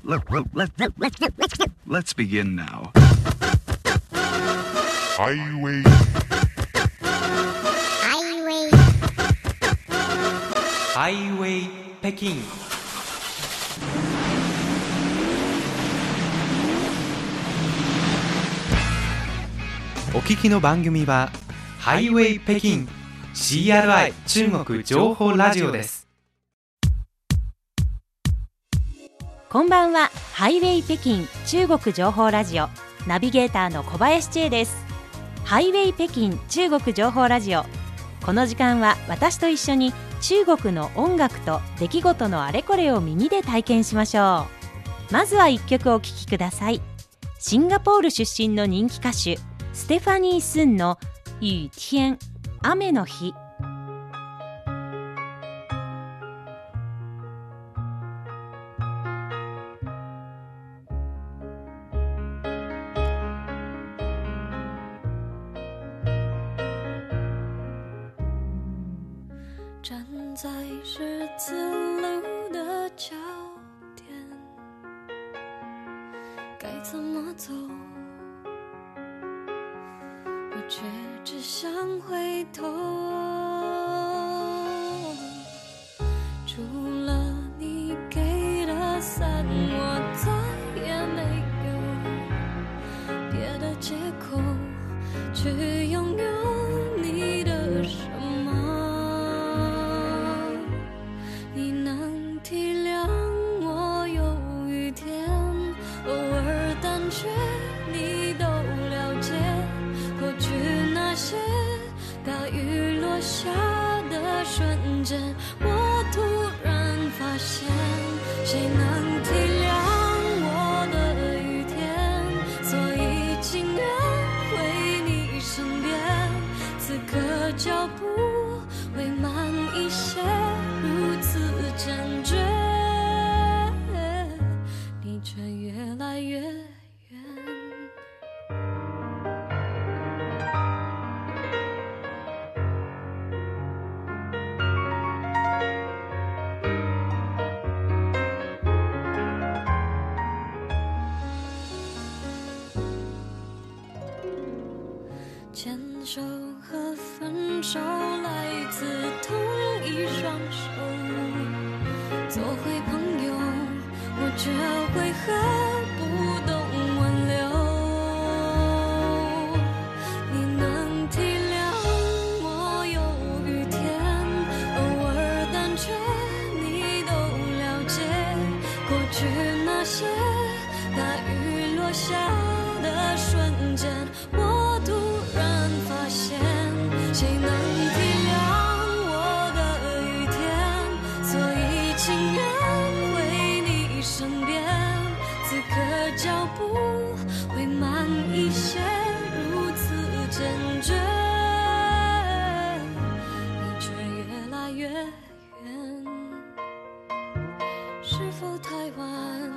Let's begin now. Highway 北京。お聞きの番組はハイウェイ北京 CRI 中国情報ラジオです。 こんばんは。ハイウェイ北京中国情報ラジオナビゲーターの小林千恵です。ハイウェイ北京中国情報ラジオ、この時間は私と一緒に中国の音楽と出来事のあれこれを耳で体験しましょう。まずは1曲お聴きください。シンガポール出身の人気歌手ステファニー・スンの雨天、雨の日。 站在十字路的交点，该怎么走？我却只想回头。除了你给的伞，我再也没有别的借口去拥有你的什么。大雨落下的瞬间，我突然发现，谁能体谅我的雨天？所以情愿回你身边，此刻脚步会慢一些，如此坚决，你却越来越远。牵手和分手来自同一双手，做回朋友，我却为何不懂挽留？你能体谅我有雨天，偶尔胆怯，你都了解。过去那些大雨落下的瞬间，我突然发现，谁能体谅我的雨天？所以情愿回你身边，此刻脚步会慢一些，如此坚决，你却越来越远。是否太晚？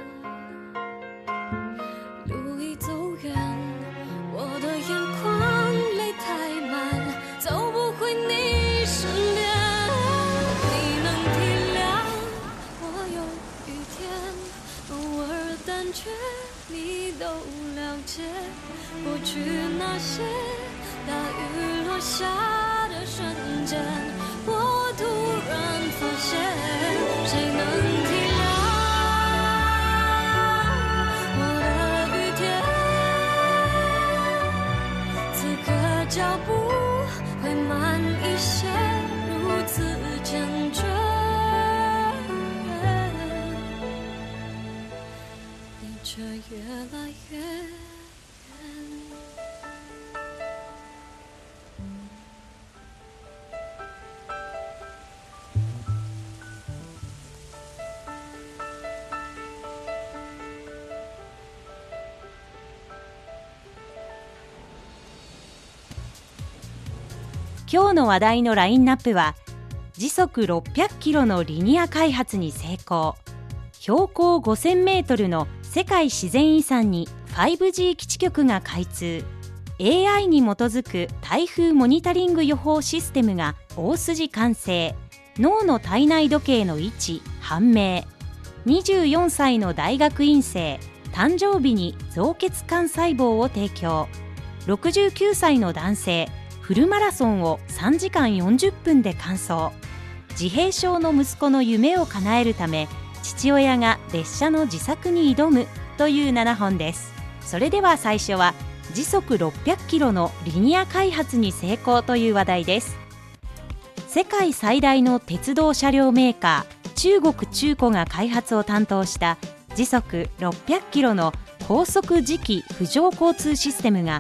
路已走远，我的眼眶泪太满，走不回你身边。你能体谅我有雨天，偶尔胆怯，你都了解。过去那些大雨落下的瞬间，我突然发现，谁能体谅脚步会慢一些，如此坚决，你却越来越远。 今日の話題のラインナップは、時速600キロのリニア開発に成功、標高5000メートルの世界自然遺産に 5G 基地局が開通、AI に基づく台風モニタリング予報システムが大筋完成、脳の体内時計の位置判明、 24歳の大学院生誕生日に造血幹細胞を提供。69歳の男性フルマラソンを3時間40分で完走。自閉症の息子の夢を叶えるため父親が列車の自作に挑むという7本です。それでは最初は時速600キロのリニア開発に成功という話題です。世界最大の鉄道車両メーカー中国中古が開発を担当した時速600キロの高速磁気浮上交通システムが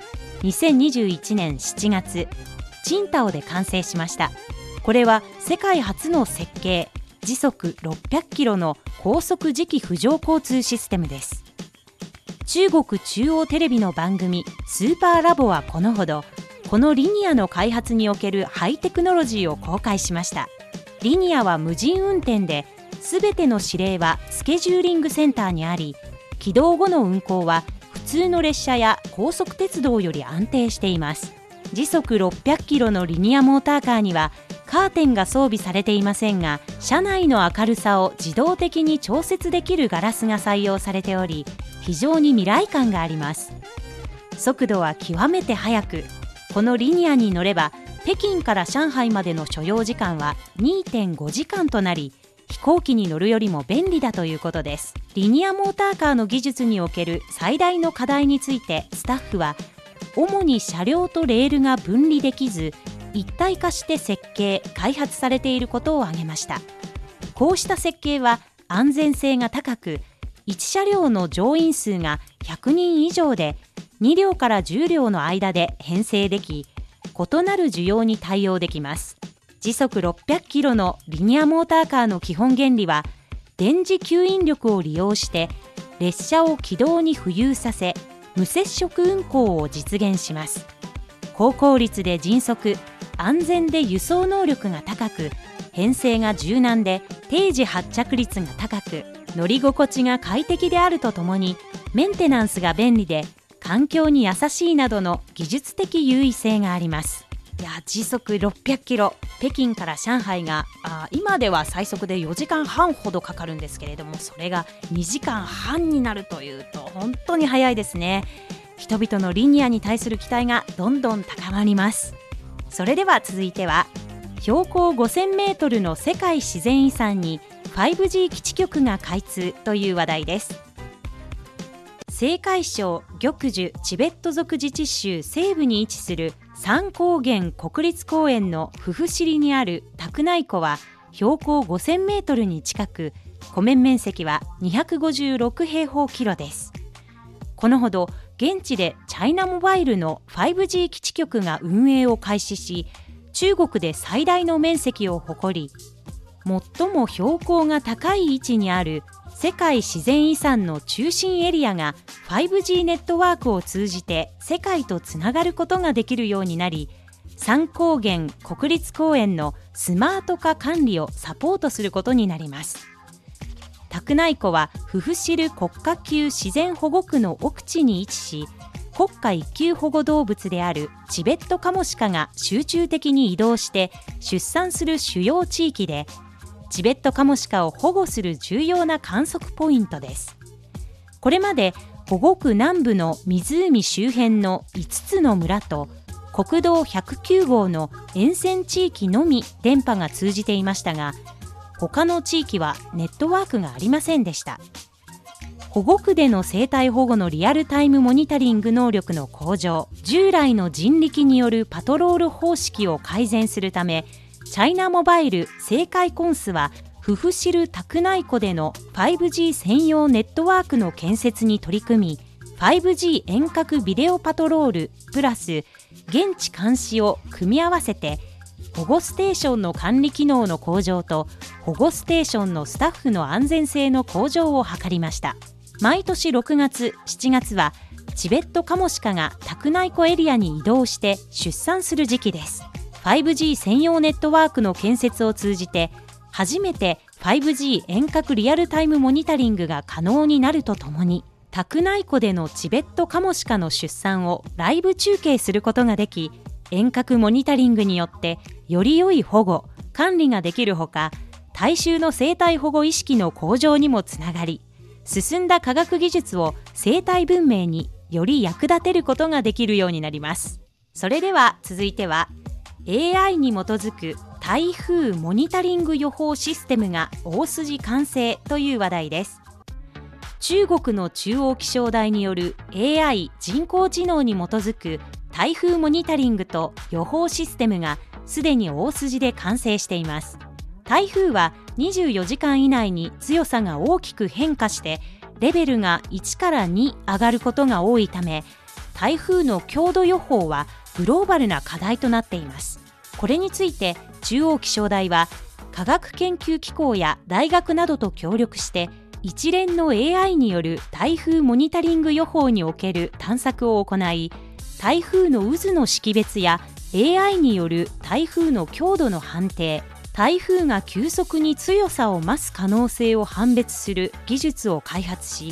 2021年7月チンタオで完成しました。これは世界初の設計時速600キロの高速磁気浮上交通システムです。中国中央テレビの番組スーパーラボはこのほどこのリニアの開発におけるハイテクノロジーを公開しました。リニアは無人運転で、すべての指令はスケジューリングセンターにあり、起動後の運行は普通の列車や高速鉄道より安定しています。時速600キロのリニアモーターカーにはカーテンが装備されていませんが、車内の明るさを自動的に調節できるガラスが採用されており、非常に未来感があります。速度は極めて速く、このリニアに乗れば北京から上海までの所要時間は 2.5 時間となり、飛行機に乗るよりも便利だということです。リニアモーターカーの技術における最大の課題についてスタッフは、主に車両とレールが分離できず一体化して設計・開発されていることを挙げました。こうした設計は安全性が高く、1車両の乗員数が100人以上で2両から10両の間で編成でき、異なる需要に対応できます。時速600キロのリニアモーターカーの基本原理は、電磁吸引力を利用して列車を軌道に浮遊させ、無接触運行を実現します。高効率で迅速、安全で輸送能力が高く、編成が柔軟で定時発着率が高く、乗り心地が快適であるとともに、メンテナンスが便利で環境に優しいなどの技術的優位性があります。いや、時速600キロ、北京から上海が今では最速で4時間半ほどかかるんですけれども、それが2時間半になるというと本当に早いですね。人々のリニアに対する期待がどんどん高まります。それでは続いては、標高5000メートルの世界自然遺産に 5G 基地局が開通という話題です。青海省玉樹チベット族自治州西部に位置する三高原国立公園のフフシリにある拓内湖は標高5000メートルに近く、湖面面積は256平方キロです。このほど現地でチャイナモバイルの 5G 基地局が運営を開始し、中国で最大の面積を誇り、最も標高が高い位置にある世界自然遺産の中心エリアが 5G ネットワークを通じて世界とつながることができるようになり、三高原国立公園のスマート化管理をサポートすることになります。拓内湖はフフシル国家級自然保護区の奥地に位置し、国家一級保護動物であるチベットカモシカが集中的に移動して出産する主要地域で、チベットカモシカを保護する重要な観測ポイントです。これまで保護区南部の湖周辺の5つの村と国道109号の沿線地域のみ電波が通じていましたが、他の地域はネットワークがありませんでした。保護区での生態保護のリアルタイムモニタリング能力の向上、従来の人力によるパトロール方式を改善するため、チャイナモバイル青海コンスはフフシル拓内湖での 5G 専用ネットワークの建設に取り組み、 5G 遠隔ビデオパトロールプラス現地監視を組み合わせて、保護ステーションの管理機能の向上と保護ステーションのスタッフの安全性の向上を図りました。毎年6月、7月はチベットカモシカが拓内湖エリアに移動して出産する時期です。5G 専用ネットワークの建設を通じて、初めて 5G 遠隔リアルタイムモニタリングが可能になるとともに、拓内湖でのチベットカモシカの出産をライブ中継することができ、遠隔モニタリングによってより良い保護・管理ができるほか、 大衆の生態保護意識の向上にもつながり、進んだ科学技術を生態文明により役立てることができるようになります。それでは続いては AI に基づく台風モニタリング予報システムが大筋完成という話題です。中国の中央気象台による AI 人工知能に基づく台風モニタリングと予報システムがすでに大筋で完成しています。台風は24時間以内に強さが大きく変化してレベルが1から2上がることが多いため、台風の強度予報はグローバルな課題となっています。これについて中央気象台は科学研究機構や大学などと協力して一連の AI による台風モニタリング予報における探索を行い、台風の渦の識別や AI による台風の強度の判定、台風が急速に強さを増す可能性を判別する技術を開発し、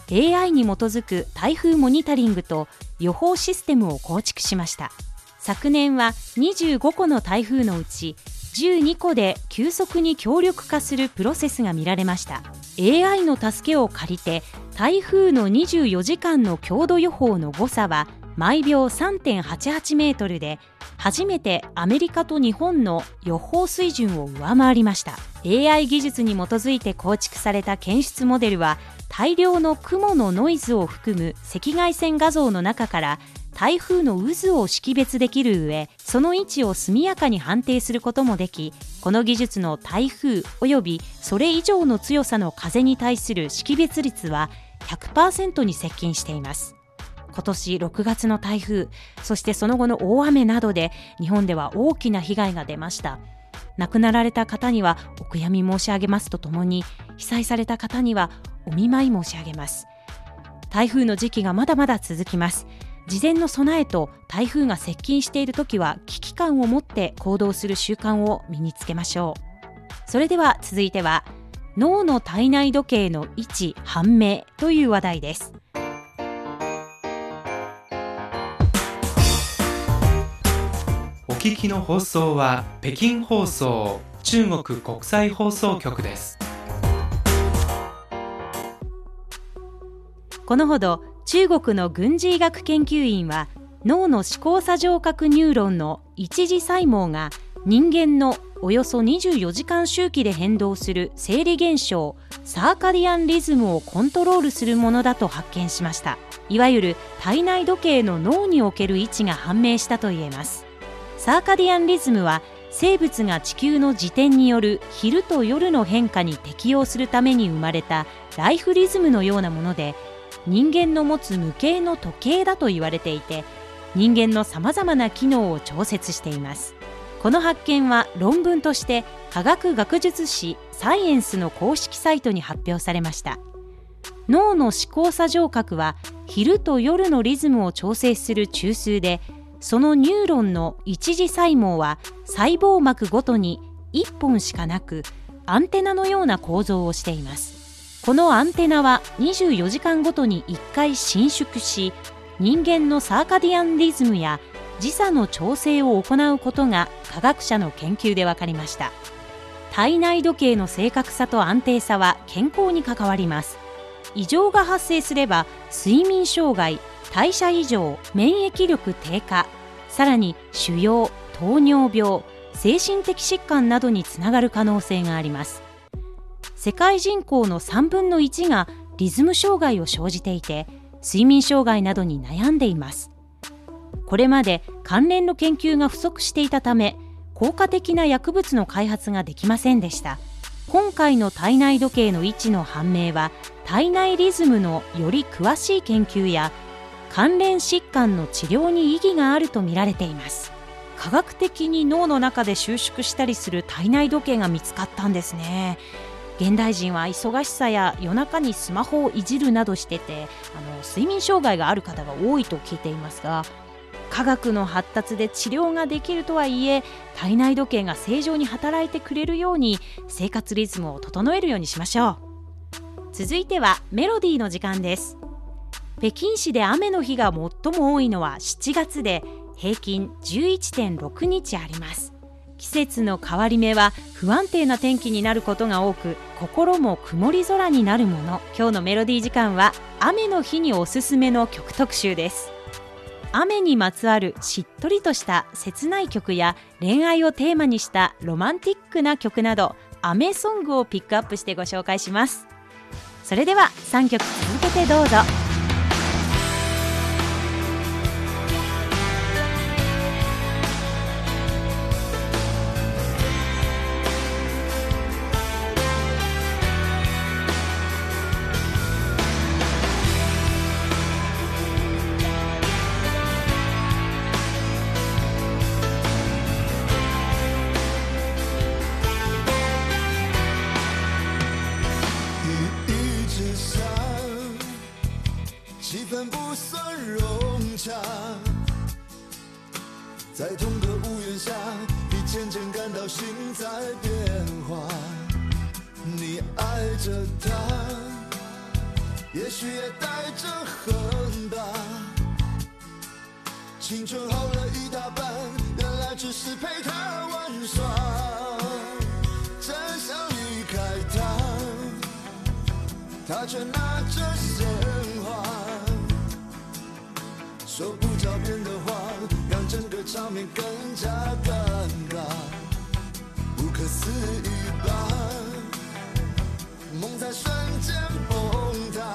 AI に基づく台風モニタリングと予報システムを構築しました。昨年は25個の台風のうち12個で急速に強力化するプロセスが見られました。 AI の助けを借りて台風の24時間の強度予報の誤差は毎秒 3.88 メートルで初めてアメリカと日本の予報水準を上回りました。 AI 技術に基づいて構築された検出モデルは大量の雲のノイズを含む赤外線画像の中から台風の渦を識別できる上、その位置を速やかに判定することもでき、この技術の台風およびそれ以上の強さの風に対する識別率は 100% に接近しています。今年6月の台風、そしてその後の大雨などで日本では大きな被害が出ました。亡くなられた方にはお悔やみ申し上げますとともに、被災された方にはお見舞い申し上げます。台風の時期がまだまだ続きます。事前の備えと台風が接近しているときは危機感を持って行動する習慣を身につけましょう。それでは続いては脳の体内時計の位置判明という話題です。 お聞きの放送は北京放送中国国際放送局です。 このほど中国の軍事医学研究院は脳の視交差上核ニューロンの一次細胞が人間のおよそ24時間周期で変動する生理現象サーカディアンリズムをコントロールするものだと発見しました。いわゆる体内時計の脳における位置が判明したといえます。サーカディアンリズムは生物が地球の自転による昼と夜の変化に適応するために生まれたライフリズムのようなもので、人間の持つ無形の時計だと言われていて、人間のさまざまな機能を調節しています。この発見は論文として科学学術誌サイエンスの公式サイトに発表されました。脳の視交差上核は昼と夜のリズムを調整する中枢で、そのニューロンの一次細胞は細胞膜ごとに1本しかなくアンテナのような構造をしています。このアンテナは24時間ごとに1回伸縮し、人間のサーカディアンリズムや時差の調整を行うことが科学者の研究で分かりました。体内時計の正確さと安定さは健康に関わります。異常が発生すれば睡眠障害、代謝異常、免疫力低下、さらに腫瘍、糖尿病、精神的疾患などにつながる可能性があります。世界人口の3分の1がリズム障害を生じていて、睡眠障害などに悩んでいます。これまで関連の研究が不足していたため、効果的な薬物の開発ができませんでした。今回の体内時計の位置の判明は、体内リズムのより詳しい研究や関連疾患の治療に意義があると見られています。科学的に脳の中で収縮したりする体内時計が見つかったんですね。現代人は忙しさや夜中にスマホをいじるなどしてて、睡眠障害がある方が多いと聞いていますが、科学の発達で治療ができるとはいえ、体内時計が正常に働いてくれるように生活リズムを整えるようにしましょう。続いてはメロディーの時間です。北京市で雨の日が最も多いのは7月で平均 11.6 日あります。 季節の変わり目は不安定な天気になることが多く、心も曇り空になるもの。今日のメロディー時間は雨の日におすすめの曲特集です。雨にまつわるしっとりとした切ない曲や恋愛をテーマにしたロマンティックな曲など、雨ソングをピックアップしてご紹介します。それでは3曲続けてどうぞ。 气氛不算融洽，在同个屋檐下，你渐渐感到心在变化。你爱着他，也许也带着恨吧。青春耗了一大半，原来只是陪他玩耍。真想离开他，他却拿着鲜花，说不着边的话，让整个场面更加尴尬。不可思议吧，梦在瞬间崩塌。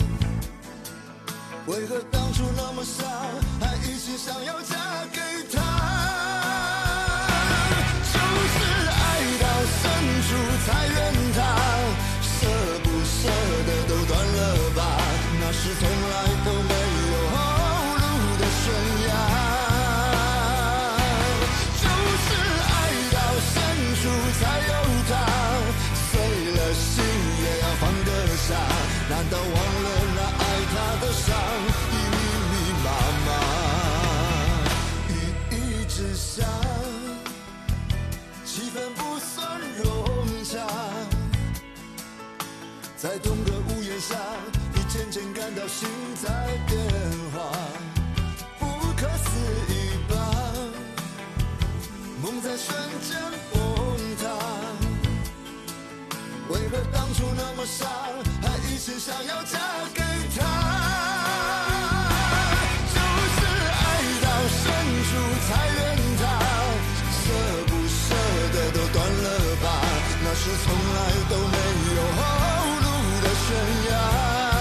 为何当初那么傻，还一心想要嫁给他？就是爱到深处才怨他，舍不舍得都断了吧，那是从来都没有后路的悬崖。就是爱到深处才有他，碎了心也要放得下，难道忘了那爱他的伤已密密麻麻？雨一直下，气氛不算融洽，在同个屋檐下，你渐渐感到心在变化。不可思议吧，梦在瞬间崩塌。为何当初那么傻，还一心想要嫁给他？就是爱到深处才怨他，舍不舍得都断了吧，那是从来都没有后路的悬崖。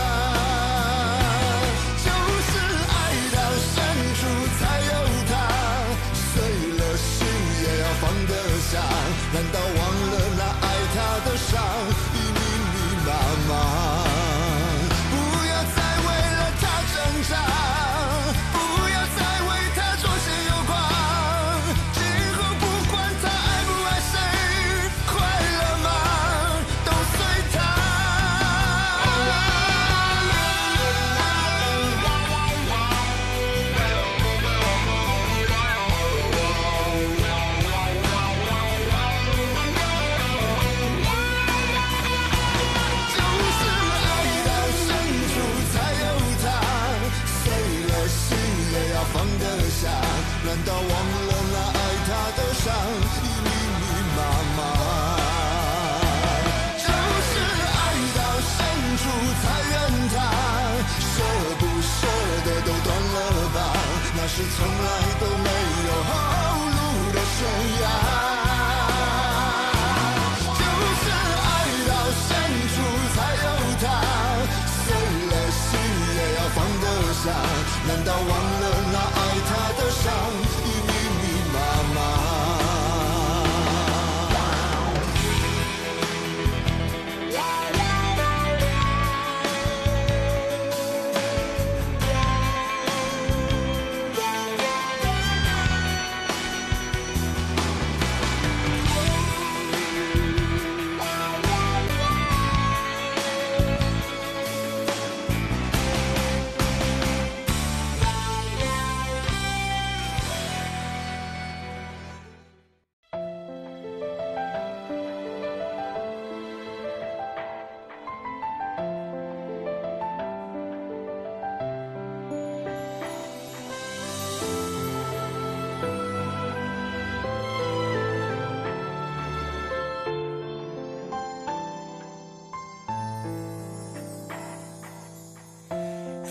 就是爱到深处才有他，碎了心也要放得下，难道忘了那爱他的伤已密密麻麻？不要再为了他挣扎，不要再为他左斜右跨，今后不管他爱不爱谁，快乐吗？都随他。就是爱到深处才有他，碎了心也要放得下，难道忘了那爱他的伤已密密麻麻？就是爱到深处才怨他，舍不舍得都断了吧，那是从来都没有后路的悬崖。就是爱到深处才有他，碎了心也要放得下，难道忘了那爱他的伤已密密麻麻？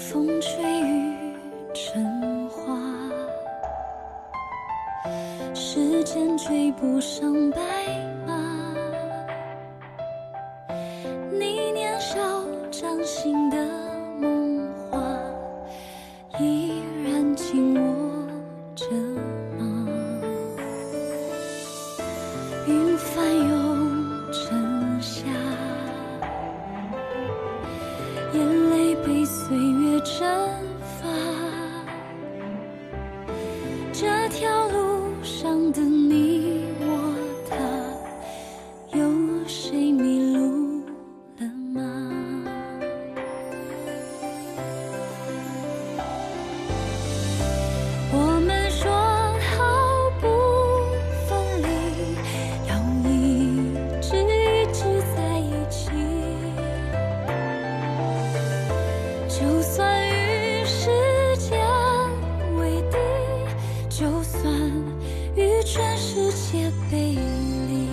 风吹雨成花，时间追不上白马。你年少掌心的梦话，依然紧握着吗？云翻涌成夏，眼泪被岁月蒸发。这条路上的你我他，有谁迷路了吗？我们说好不分离，要一直在一起。就算与时间为敌，就算与全世界背离。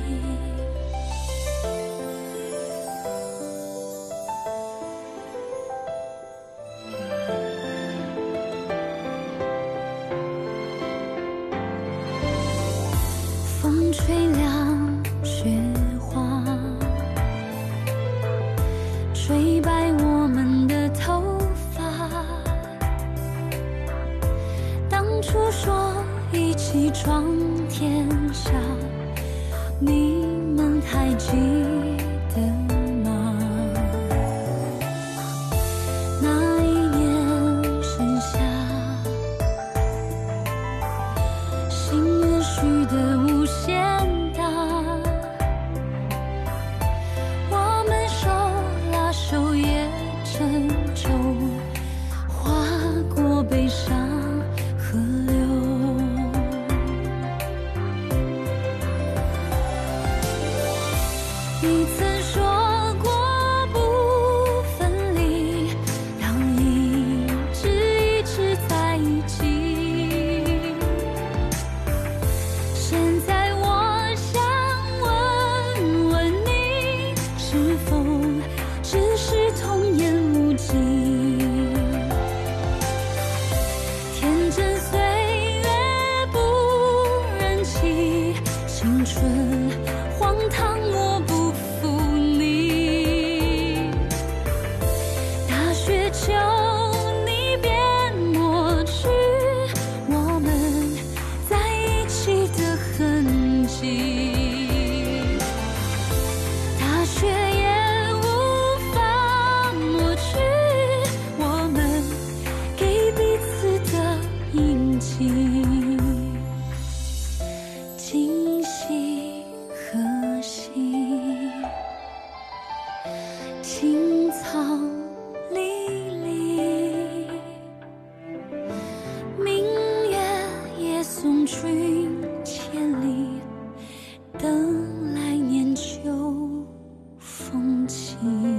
风吹凉雪花，吹白我们的头发。当初说一起闯天下，你们还记得吗？那一年盛夏，心愿许得无限大。我们手拉手也沉重，划过悲伤河流。你曾说过不分离，要一直在一起。现在我想问问你，是否只是童言无忌？天真岁月不忍欺，青春荒唐我不负你。大雪求你别抹去我们在一起的痕迹，大雪也无法抹去我们给彼此的印记。今夕何夕，青草离离，明月也送君千里，等来年秋风起。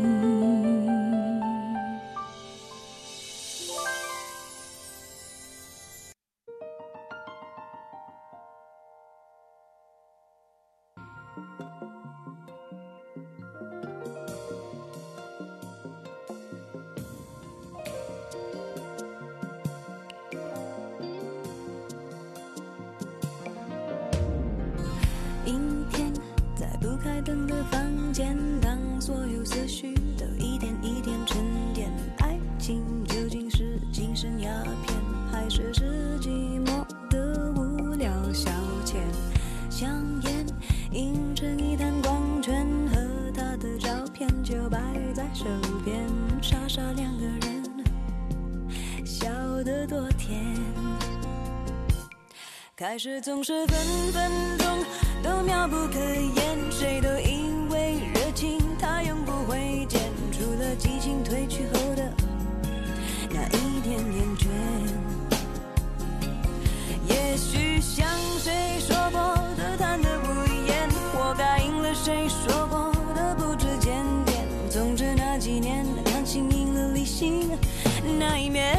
阴天，在不开灯的房间，当所有思绪都一点一点沉淀，爱情究竟是精神鸦片，还是寂寞的无聊消遣？香烟映成一滩光圈，和他的照片就摆在手边，傻傻两个人，笑得多甜。开始总是分分钟都妙不可言，谁都以为热情它永不会减，除了激情褪去后的那一点厌倦。也许像谁说过的谈得不厌，活该应了谁说过的不知检点。总之那几年感情赢了理性那一面。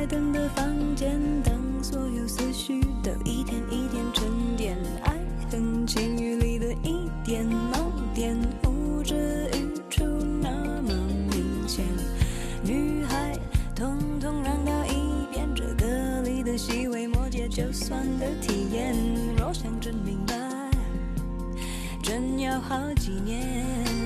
开灯的房间，当所有思绪都一天一天沉淀，爱恨情欲里的一点盲点，呼之欲出那么明显。女孩统统让到一边，这歌里的细微末节就算的体验，若想真明白，真要好几年。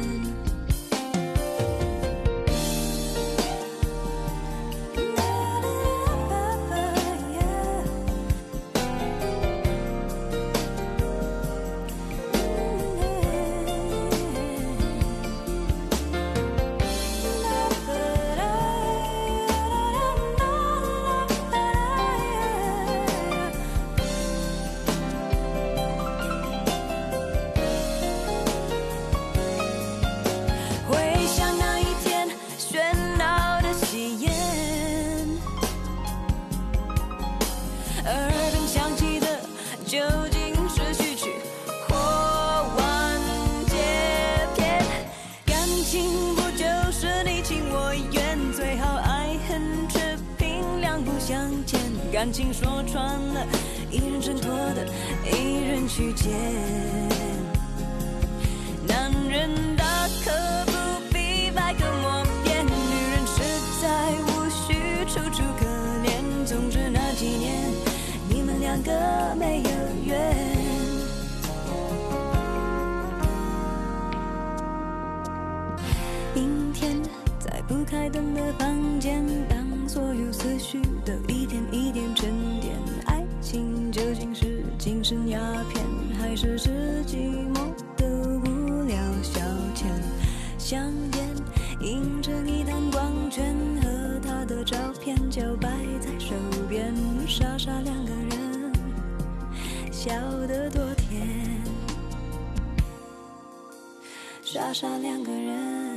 感情说穿了，一人挣脱的，一人去捡。男人大可不必百口莫辩，女人实在无需楚楚可怜。总之那几年，你们两个没有缘。阴天，在不开灯的房间，当所有思绪都一点一点沉淀，爱情究竟是精神鸦片，还是寂寞的无聊消遣？香烟映着一滩光圈，和他的照片就摆在手边，傻傻两个人，笑得多甜，傻傻两个人，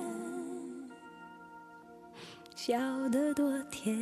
笑得多甜。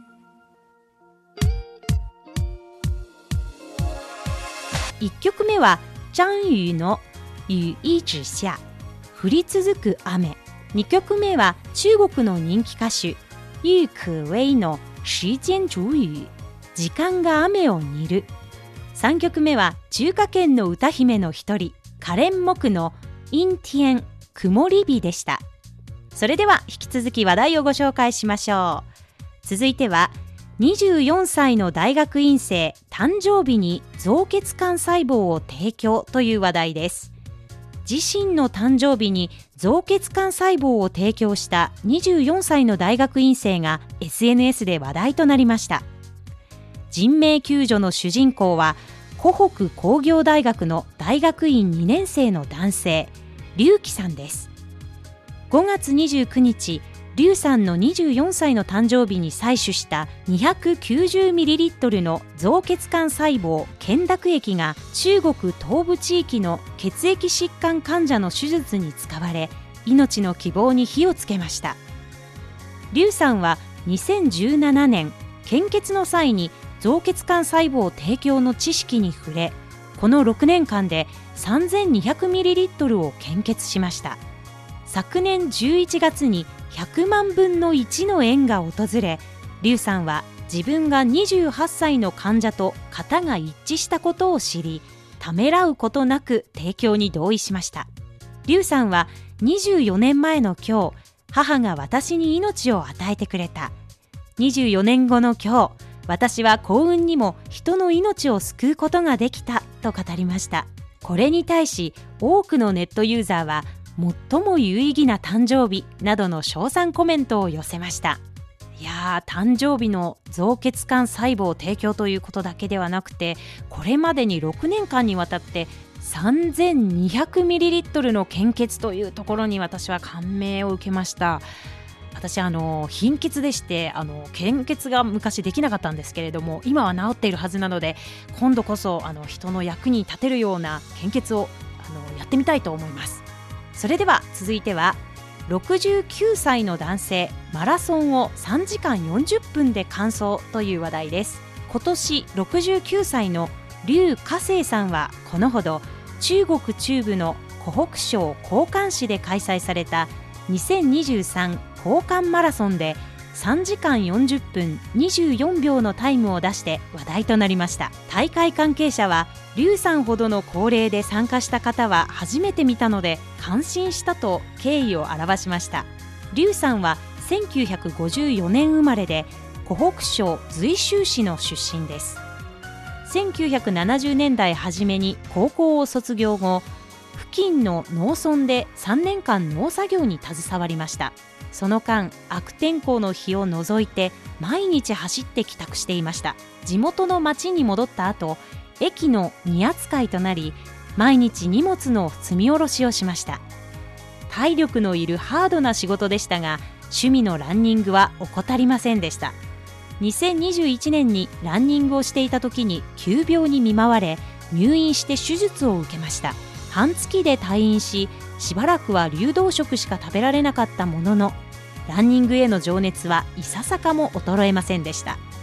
1曲目は張宇の雨一直下、降り続く雨。2曲目は中国の人気歌手ユ可唯の時間煮雨、時間が雨を煮る。3曲目は中華圏の歌姫の一人カレン・モクの陰天、曇り日でした。それでは引き続き話題をご紹介しましょう。続いては24歳の大学院生誕生日に造血幹細胞を提供という話題です。自身の誕生日に造血幹細胞を提供した24歳の大学院生が SNS で話題となりました。人命救助の主人公は湖北工業大学の大学院2年生の男性劉輝さんです。5月29日、劉さんの24歳の誕生日に採取した 290ml の造血幹細胞懸濁液が中国東部地域の血液疾患患者の手術に使われ、命の希望に火をつけました。劉さんは2017年、献血の際に造血幹細胞提供の知識に触れ、この6年間で 3200ml を献血しました。昨年11月に100万分の1の縁が訪れ、劉さんは自分が28歳の患者と型が一致したことを知り、ためらうことなく提供に同意しました。劉さんは24年前の今日、母が私に命を与えてくれた。24年後の今日、私は幸運にも人の命を救うことができたと語りました。これに対し多くのネットユーザーは最も有意義な誕生日などの称賛コメントを寄せました。いやー、誕生日の造血幹細胞提供ということだけではなくて、これまでに6年間にわたって 3200ml の献血というところに私は感銘を受けました。私貧血でして献血が昔できなかったんですけれども、今は治っているはずなので、今度こそ人の役に立てるような献血をやってみたいと思います。それでは続いては69歳の男性、マラソンを3時間40分で完走という話題です。今年69歳の劉家成さんはこのほど中国中部の湖北省広漢市で開催された2023広漢マラソンで 3時間40分24秒のタイムを出して話題となりました。大会関係者は、劉さんほどの高齢で参加した方は初めて見たので感心したと敬意を表しました。劉さんは1954年生まれで、湖北省随州市の出身です。1970年代初めに高校を卒業後、付近の農村で3年間農作業に携わりました。その間、悪天候の日を除いて毎日走って帰宅していました。地元の町に戻った後、駅の荷扱いとなり、毎日荷物の積み下ろしをしました。体力のいるハードな仕事でしたが、趣味のランニングは怠りませんでした。2021年にランニングをしていた時に急病に見舞われ、入院して手術を受けました。半月で退院し、しばらくは流動食しか食べられなかったものの、ランニングへの情熱はいささかも衰えませんでした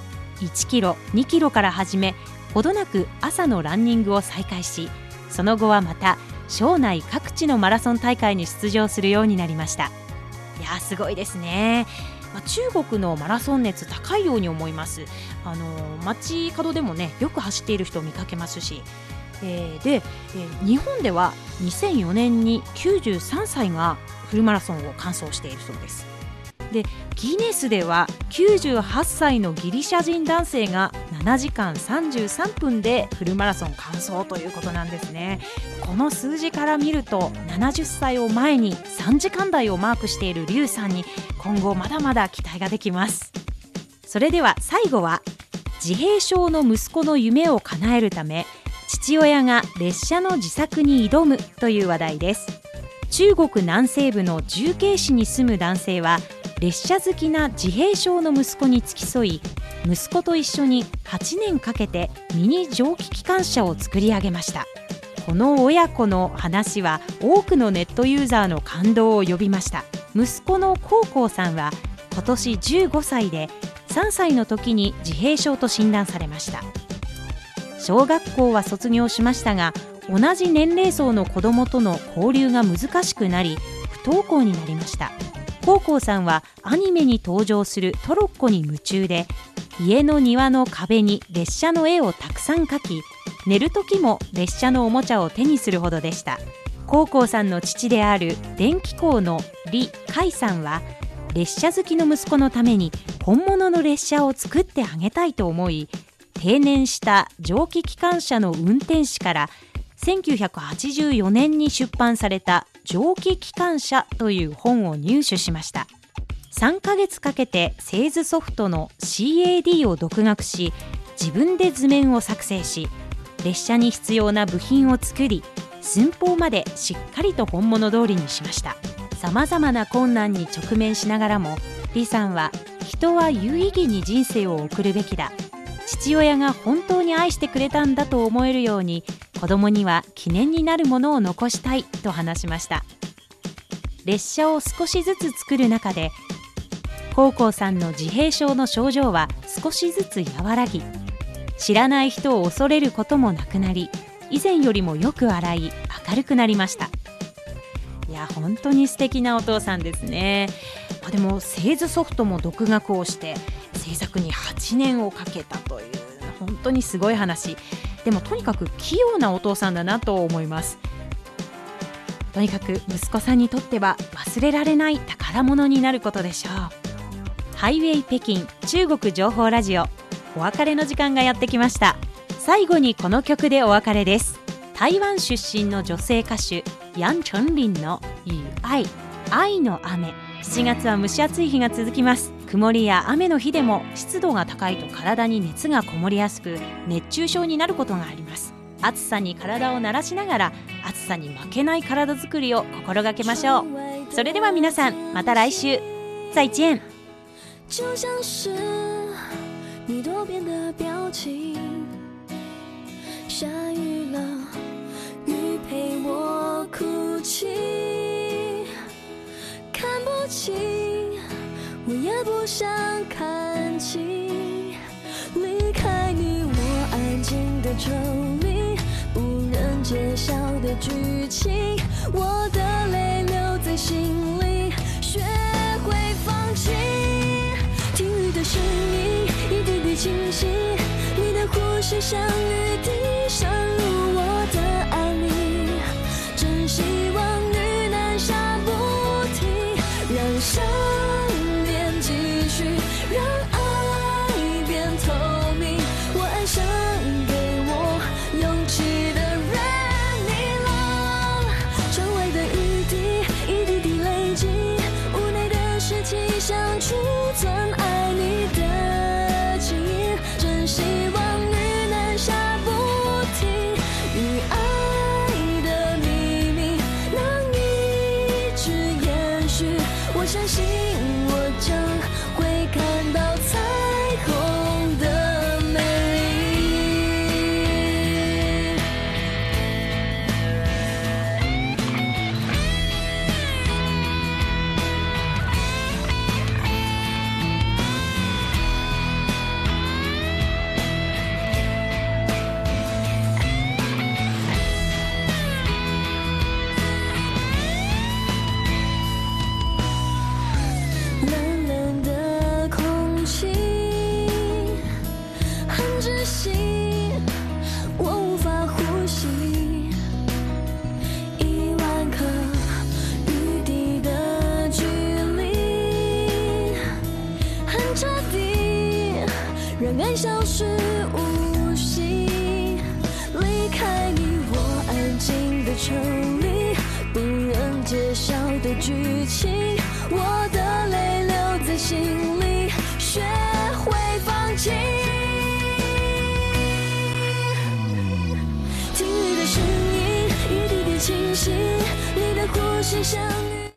。1キロ2キロから始め、ほどなく朝のランニングを再開し、その後はまた省内各地のマラソン大会に出場するようになりました。いや、すごいですね。中国のマラソン熱高いように思います。街角でもね、よく走っている人を見かけますし、日本では2004年に93歳がフルマラソンを完走しているそうです。で、ギネスでは98歳のギリシャ人男性が7時間33分でフルマラソン完走ということなんですね。この数字から見ると、70歳を前に3時間台をマークしている劉さんに今後まだまだ期待ができます。それでは最後は、自閉症の息子の夢を叶えるため父親が列車の自作に挑むという話題です。中国南西部の重慶市に住む男性は、列車好きな自閉症の息子に付き添い、息子と一緒に8年かけてミニ蒸気機関車を作り上げました。この親子の話は多くのネットユーザーの感動を呼びました。息子のコウコウさんは今年15歳で、3歳の時に自閉症と診断されました。小学校は卒業しましたが、同じ年齢層の子どもとの交流が難しくなり、不登校になりました。コウコウさんはアニメに登場するトロッコに夢中で、家の庭の壁に列車の絵をたくさん描き、寝る時も列車のおもちゃを手にするほどでした。コウコウさんの父である電気工の李海さんは、列車好きの息子のために本物の列車を作ってあげたいと思い、定年した蒸気機関車の運転士から1984年に出版された蒸気機関車という本を入手しました。3ヶ月かけて製図ソフトの CAD を独学し、自分で図面を作成し、列車に必要な部品を作り、寸法までしっかりと本物通りにしました。さまざまな困難に直面しながらも、李さんは、人は有意義に人生を送るべきだ、父親が本当に愛してくれたんだと思えるように、子供には記念になるものを残したいと話しました。列車を少しずつ作る中で、コウコウさんの自閉症の症状は少しずつ和らぎ、知らない人を恐れることもなくなり、以前よりもよく笑い、明るくなりました。いや、本当に素敵なお父さんですね。でも製図ソフトも独学をして制作に8年をかけたという、本当にすごい話。でもとにかく器用なお父さんだなと思います。とにかく息子さんにとっては忘れられない宝物になることでしょう。ハイウェイ北京中国情報ラジオ、お別れの時間がやってきました。最後にこの曲でお別れです。台湾出身の女性歌手楊丞琳の雨愛、愛の雨。7月は蒸し暑い日が続きます。曇りや雨の日でも湿度が高いと体に熱がこもりやすく、熱中症になることがあります。暑さに体を慣らしながら、暑さに負けない体づくりを心がけましょう。それでは皆さん、また来週。再见。 就像是你多变的表情，下雨了，雨陪我哭泣，看不清，我也不想看清，离开你我安静的抽离，不忍揭晓的剧情，我的泪留在心里，学会放弃， 我相信我将会看到彩虹的美冷冷的空气很窒息，我无法呼吸。10000颗雨滴的距离很彻底，让爱消失无息。离开你我安静的城里，不忍揭晓的剧情，我的泪留在心里，学会放弃。听雨的声音，一滴滴清晰，你的呼吸像